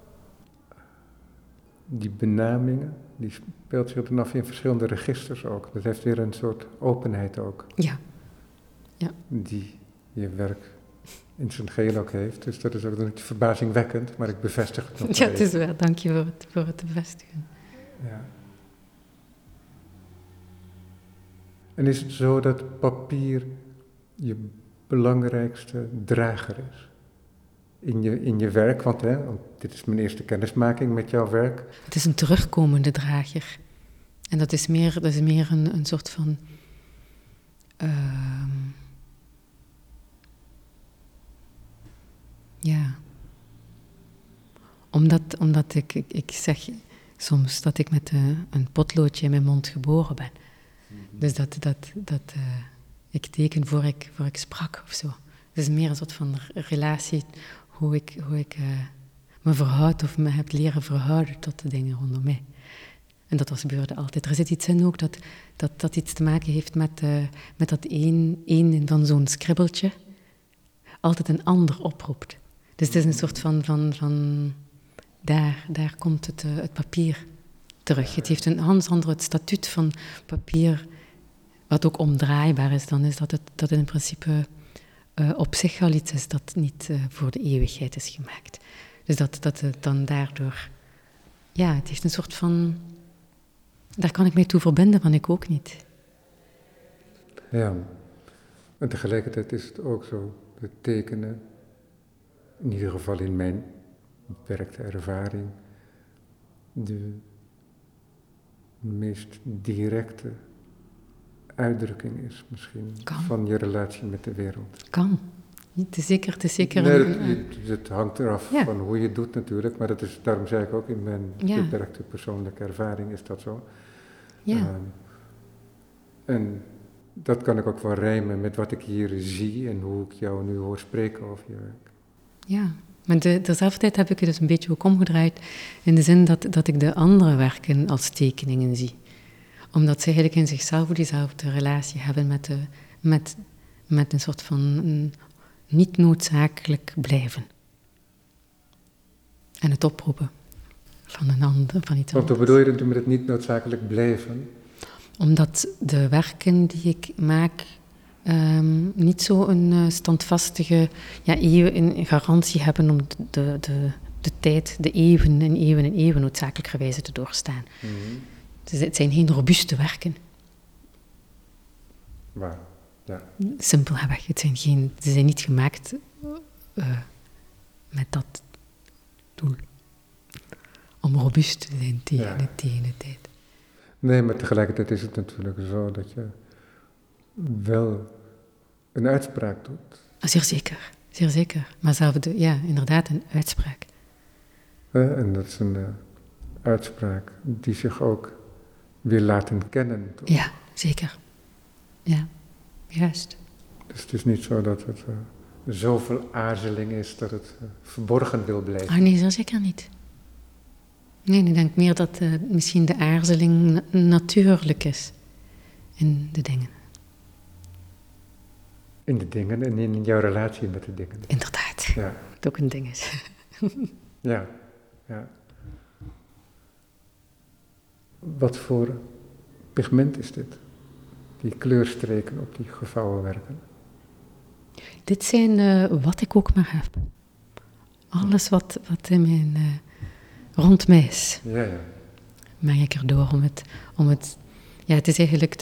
Die benamingen, die speelt zich dan af in verschillende registers ook. Dat heeft weer een soort openheid ook. Ja. Die je werk in zijn geheel ook heeft. Dus dat is ook niet verbazingwekkend, maar ik bevestig het nog. Ja, het is wel. Dank je voor het bevestigen. Ja. En is het zo dat papier je belangrijkste drager is in je werk? Want dit is mijn eerste kennismaking met jouw werk. Het is een terugkomende drager. En dat is meer een soort van... Ja. Omdat ik zeg soms dat ik met een potloodje in mijn mond geboren ben. Dus dat ik teken voor ik sprak of zo. Het is meer een soort van relatie, hoe ik me verhoud of me heb leren verhouden tot de dingen rondom mij. En dat gebeurde altijd. Er zit iets in ook dat iets te maken heeft met dat één van zo'n skribbeltje altijd een ander oproept. Dus het is een soort van daar komt het papier terug. Het heeft een ganz ander het statuut van papier, wat ook omdraaibaar is. Dan is dat het in principe op zich al iets is dat niet voor de eeuwigheid is gemaakt. Dus dat het dan daardoor... Ja, het heeft een soort van... Daar kan ik mij toe verbinden, want ik ook niet. Ja, en tegelijkertijd is het ook zo, de tekenen, in ieder geval in mijn beperkte ervaring, de meest directe uitdrukking is misschien van je relatie met de wereld. Kan. Het is zeker Nee, het hangt eraf van hoe je het doet natuurlijk, maar daarom zei ik ook in mijn beperkte persoonlijke ervaring is dat zo. Ja. En dat kan ik ook wel rijmen met wat ik hier zie en hoe ik jou nu hoor spreken over je werk. Ja, maar dezelfde tijd heb ik het dus een beetje ook omgedraaid in de zin dat ik de andere werken als tekeningen zie. Omdat ze eigenlijk in zichzelf diezelfde relatie hebben met een soort van niet noodzakelijk blijven. En het oproepen van een ander, van iets anders. Wat bedoel je met het niet noodzakelijk blijven? Omdat de werken die ik maak niet zo een standvastige een garantie hebben om de tijd, de eeuwen en eeuwen en eeuwen noodzakelijkerwijze te doorstaan. Mm-hmm. Dus het zijn geen robuuste werken. Waar? Ja. Simpelweg. Ze zijn niet gemaakt met dat doel. Om robuust te zijn tegen de tijd. Nee, maar tegelijkertijd is het natuurlijk zo dat je wel een uitspraak doet. Zeer zeker, zeer zeker. Maar zelf inderdaad een uitspraak. En dat is een uitspraak die zich ook wil laten kennen. Toch? Ja, zeker. Ja, juist. Dus het is niet zo dat het zoveel aarzeling is dat het verborgen wil blijven. Nee, zeer zeker niet. Nee, ik denk meer dat misschien de aarzeling natuurlijk is in de dingen. In de dingen en in jouw relatie met de dingen. Inderdaad, ja. Het ook een ding is. Ja. Wat voor pigment is dit? Die kleurstreken op die gevouwen werken. Dit zijn wat ik ook maar heb. Alles wat in mijn... rond mij is. Ja. Meng ik erdoor om het... Ja, het is eigenlijk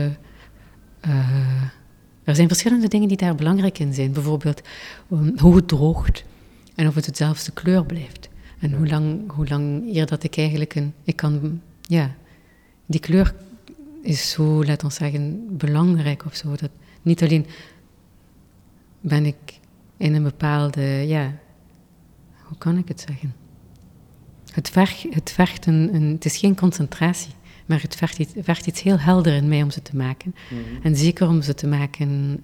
er zijn verschillende dingen die daar belangrijk in zijn. Bijvoorbeeld hoe het droogt en of het dezelfde kleur blijft. En hoe lang eer dat ik eigenlijk die kleur is zo, laten we zeggen, belangrijk of zo. Dat niet alleen ben ik in een bepaalde, hoe kan ik het zeggen? Het vergt het is geen concentratie, maar het vergt iets heel helder in mij om ze te maken. Mm-hmm. En zeker om ze te maken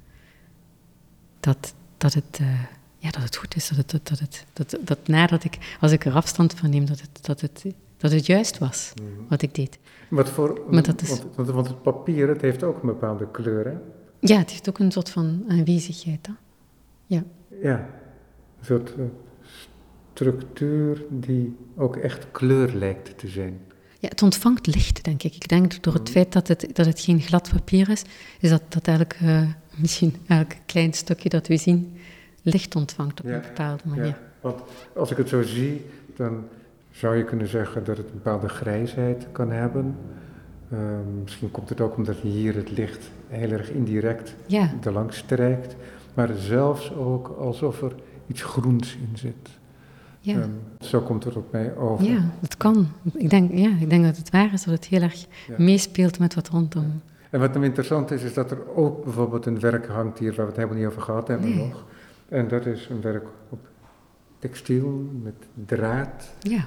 dat het goed is, dat nadat als ik er afstand van neem, dat het juist was wat ik deed. Want het papier, het heeft ook een bepaalde kleur, hè? Ja, het heeft ook een soort van aanwezigheid, hè? Ja. Ja, een soort structuur die ook echt kleur lijkt te zijn. Ja, het ontvangt licht, denk ik. Ik denk door het feit dat het geen glad papier is dat misschien elk klein stukje dat we zien licht ontvangt op een bepaalde manier. Ja, want als ik het zo zie, dan zou je kunnen zeggen dat het een bepaalde grijsheid kan hebben. Misschien komt het ook omdat hier het licht heel erg indirect erlangs strijkt. Maar zelfs ook alsof er iets groens in zit. Ja. Zo komt het op mij over. Ja, dat kan. Ik denk dat het waar is, dat het heel erg meespeelt met wat rondom. Ja. En wat dan interessant is dat er ook bijvoorbeeld een werk hangt hier, waar we het helemaal niet over gehad hebben nog. En dat is een werk op textiel, met draad. Ja.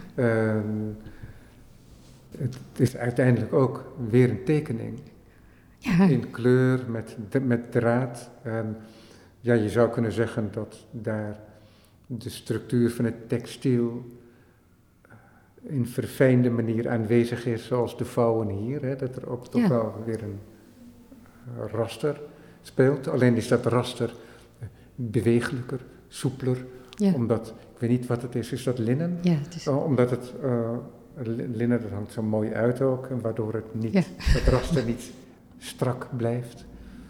Het is uiteindelijk ook weer een tekening. Ja. In kleur, met draad. Ja, je zou kunnen zeggen dat daar de structuur van het textiel in verfijnde manier aanwezig is, zoals de vouwen hier. Hè, dat er ook toch wel weer een raster speelt. Alleen is dat raster bewegelijker, soepeler. Ja. Omdat, ik weet niet wat het is dat linnen? Ja, het is... Omdat het linnen, dat hangt zo mooi uit ook, en waardoor het niet, het raster niet strak blijft.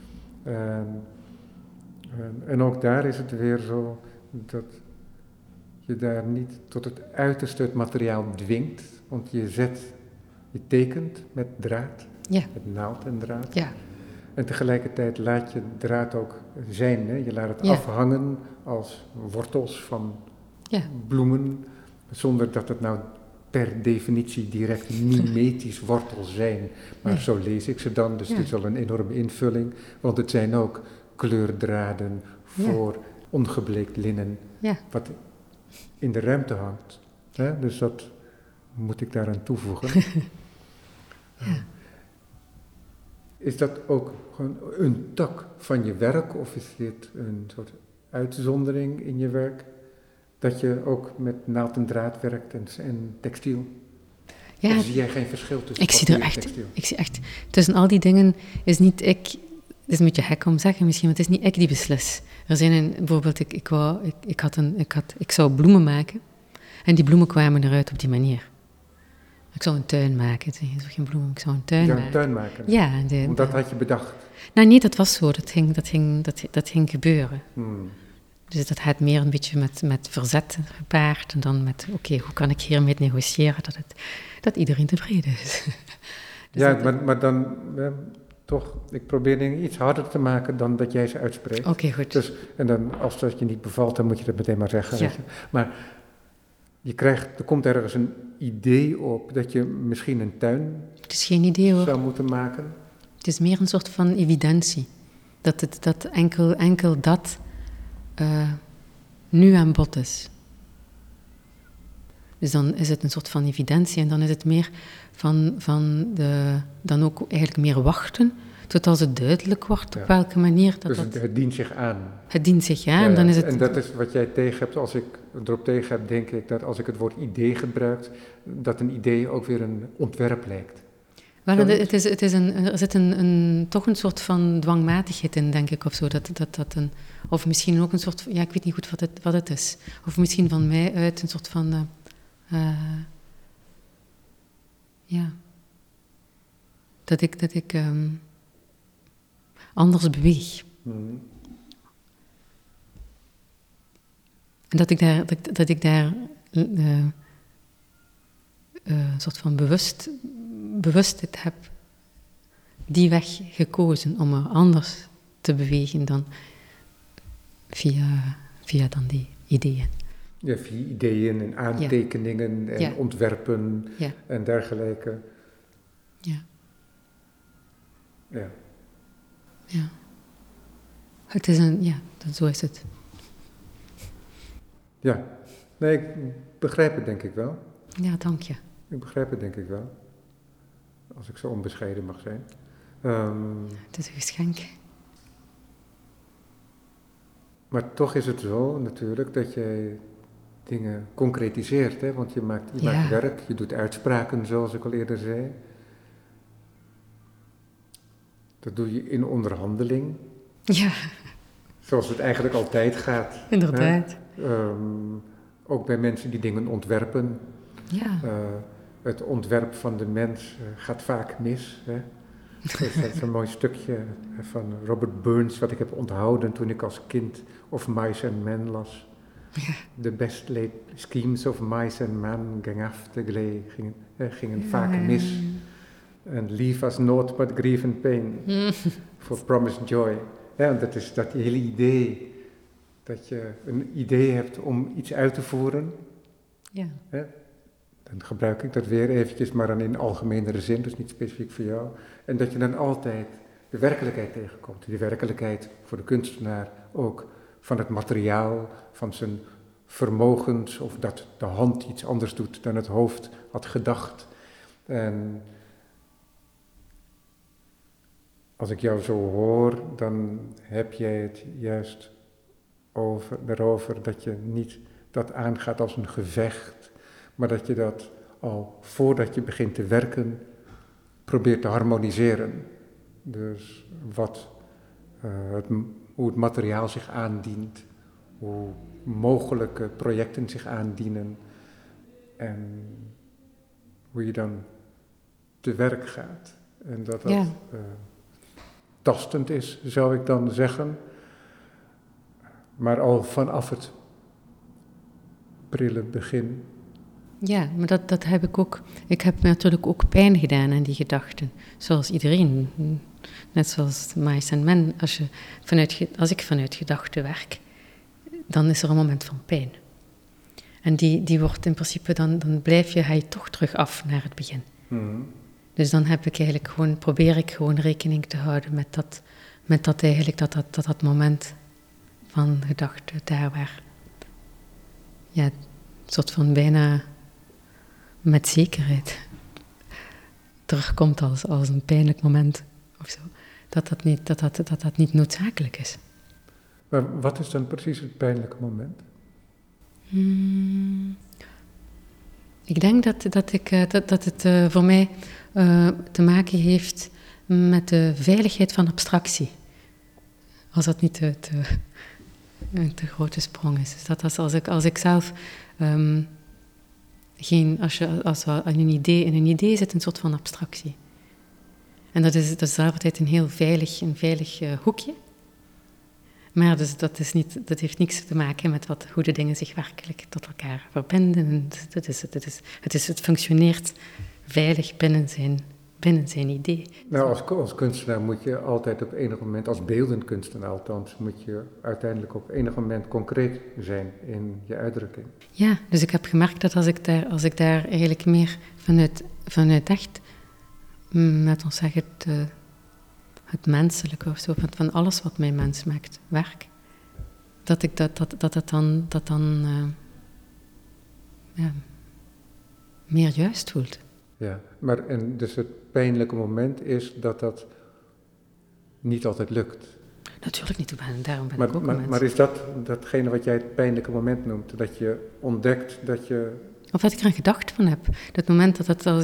En ook daar is het weer zo dat je daar niet tot het uiterste het materiaal dwingt, want je tekent met draad, met naald en draad. Ja. En tegelijkertijd laat je draad ook zijn, hè? Je laat het afhangen als wortels van bloemen, zonder dat het nou per definitie direct mimetisch wortels zijn. Maar zo lees ik ze dan, dus het is al een enorme invulling, want het zijn ook kleurdraden voor ongebleekt linnen, wat in de ruimte hangt. Hè? Dus dat moet ik daaraan toevoegen. Is dat ook gewoon een tak van je werk, of is dit een soort uitzondering in je werk? Dat je ook met naald en draad werkt en textiel? Ja, of zie jij geen verschil tussen textiel? Ik zie echt, tussen al die dingen is niet ik, het is een beetje gek om te zeggen misschien, maar het is niet ik die beslis. Er zijn bijvoorbeeld, ik zou bloemen maken en die bloemen kwamen eruit op die manier. Ik zou een tuin maken, het is geen bloemen, ik zou een tuin maken. Een tuin maken? Ja. Dat had je bedacht? Nou nee, dat was zo, dat ging gebeuren. Dus dat had meer een beetje met verzet gepaard en dan met, oké, hoe kan ik hiermee negociëren dat iedereen tevreden is. Dus maar dan toch, ik probeer dingen iets harder te maken dan dat jij ze uitspreekt. Oké, goed. Dus, en dan, als dat je niet bevalt, dan moet je dat meteen maar zeggen. Ja. Weet je. Maar er komt ergens een idee op dat je misschien een tuin het is geen idee, hoor. zou moeten maken. Het is meer een soort van evidentie. Dat enkel dat nu aan bod is. Dus dan is het een soort van evidentie en dan is het meer dan ook eigenlijk meer wachten tot als het duidelijk wordt op welke manier dus het dient zich aan. Het dient zich aan, dan is het... En dat is wat jij tegen hebt, als ik erop tegen heb, denk ik dat als ik het woord idee gebruik, dat een idee ook weer een ontwerp lijkt. Wel, er zit toch een soort van dwangmatigheid in, denk ik, of zo. Of misschien ook een soort... Ja, ik weet niet goed wat het is. Of misschien van mij uit een soort van... Dat ik anders beweeg. En dat ik daar een soort van bewustheid heb die weg gekozen om er anders te bewegen dan via dan die ideeën. Ja, via ideeën en aantekeningen en ontwerpen en dergelijke. Ja. Ja. Ja. Het is zo is het. Ja, nee, ik begrijp het denk ik wel. Ja, dank je. Ik begrijp het denk ik wel. Als ik zo onbescheiden mag zijn. Het is een geschenk. Maar toch is het zo natuurlijk dat jij dingen concretiseert, hè? Want je maakt werk, je doet uitspraken zoals ik al eerder zei. Dat doe je in onderhandeling. Ja. Zoals het eigenlijk altijd gaat. Inderdaad. Ook bij mensen die dingen ontwerpen. Ja. Het ontwerp van de mens gaat vaak mis. Hè? Dat is een mooi stukje van Robert Burns, wat ik heb onthouden toen ik als kind Of Mice and Men las. Ja. The best laid schemes of mice and men gingen vaak mis. And leave us naught but grief and pain for promised joy. Ja, dat is dat hele idee, dat je een idee hebt om iets uit te voeren. Ja. Hè? Dan gebruik ik dat weer eventjes, maar dan in algemenere zin, dus niet specifiek voor jou. En dat je dan altijd de werkelijkheid tegenkomt. Die werkelijkheid voor de kunstenaar ook van het materiaal, van zijn vermogens, of dat de hand iets anders doet dan het hoofd had gedacht. En als ik jou zo hoor, dan heb jij het juist erover dat je niet dat aangaat als een gevecht, maar dat je dat al voordat je begint te werken probeert te harmoniseren. Dus hoe het materiaal zich aandient, hoe mogelijke projecten zich aandienen en hoe je dan te werk gaat. En dat tastend is, zou ik dan zeggen, maar al vanaf het prille begin. Ja, maar dat heb ik ook. Ik heb natuurlijk ook pijn gedaan aan die gedachten. Zoals iedereen. Net zoals mice en men. Als ik vanuit gedachten werk, dan is er een moment van pijn. En die wordt in principe, dan ga je toch terug af naar het begin. Mm-hmm. Dus dan probeer ik gewoon rekening te houden met dat moment van gedachten daar waar, ja, een soort van bijna met zekerheid terugkomt als een pijnlijk moment of zo. Dat niet noodzakelijk is. Maar wat is dan precies het pijnlijke moment? Ik denk dat het voor mij te maken heeft met de veiligheid van abstractie. Als dat niet te grote sprong is. Dus dat als ik zelf als we in een idee zit, een soort van abstractie. En dat is altijd een heel veilig hoekje. Maar dus dat heeft niks te maken met hoe de dingen zich werkelijk tot elkaar verbinden. Het functioneert veilig binnen zijn idee. Nou, als kunstenaar moet je altijd op enig moment, als beeldend kunstenaar althans, moet je uiteindelijk op enig moment concreet zijn in je uitdrukking. Ja, dus ik heb gemerkt dat als ik daar eigenlijk meer vanuit echt, laten we zeggen, het menselijke of zo, van alles wat mij mens maakt, werk, dat het dan meer juist voelt. Ja, maar dus het pijnlijke moment is dat niet altijd lukt. Natuurlijk niet, daarom ben ik ook een mens. Maar is datgene wat jij het pijnlijke moment noemt, dat je ontdekt dat je... Of dat ik er een gedachte van heb. Dat moment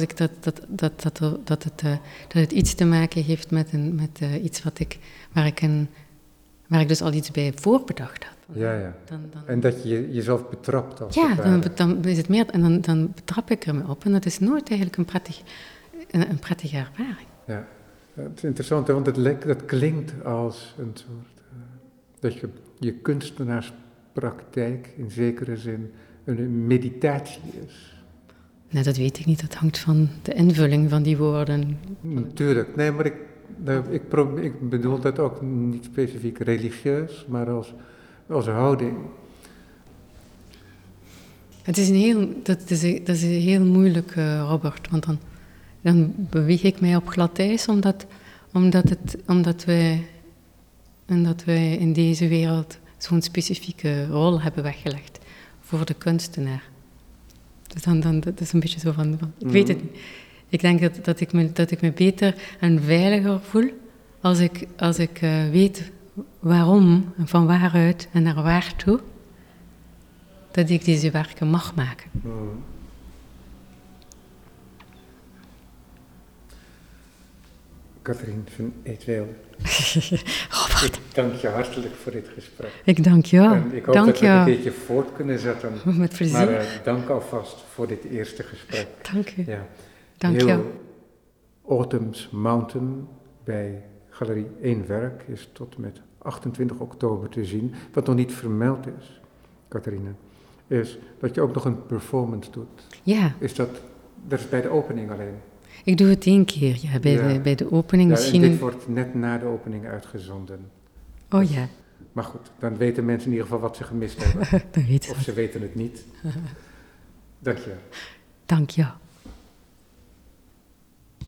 dat het iets te maken heeft met iets waar ik dus al iets bij voorbedacht had. Ja. En dat je jezelf betrapt als dan is het meer, en dan betrap ik er me op. En dat is nooit eigenlijk een prettige ervaring. Ja, het is interessant, hè, want dat klinkt als een soort... dat je kunstenaarspraktijk in zekere zin een meditatie is. Nee, dat weet ik niet. Dat hangt van de invulling van die woorden. Natuurlijk. Nee, maar ik bedoel dat ook niet specifiek religieus, maar als houding. Dat is een heel moeilijk, Robert. Want dan beweeg ik mij op glad ijs, omdat wij in deze wereld zo'n specifieke rol hebben weggelegd voor de kunstenaar. Dus dat is een beetje zo van ik weet het niet. Ik denk dat ik me beter en veiliger voel als ik weet waarom en van waaruit en naar waartoe dat ik deze werken mag maken. Catherine van Eetweel. Robert. Ik dank je hartelijk voor dit gesprek. Ik dank jou. En ik hoop dat we het een keertje voort kunnen zetten. Met plezier. Maar dank alvast voor dit eerste gesprek. Dank u. Ja. Dank jou. Autumn's Mountain bij Galerie 1 Werk is tot en met 28 oktober te zien. Wat nog niet vermeld is, Catharine, is dat je ook nog een performance doet. Ja. Dat is bij de opening alleen? Ik doe het 1 keer, bij de opening. Ja, misschien en dit wordt net na de opening uitgezonden. Oh dus, ja. Maar goed, dan weten mensen in ieder geval wat ze gemist hebben. Dan weten ze. Of ze weten het niet. Dank je. Dank je.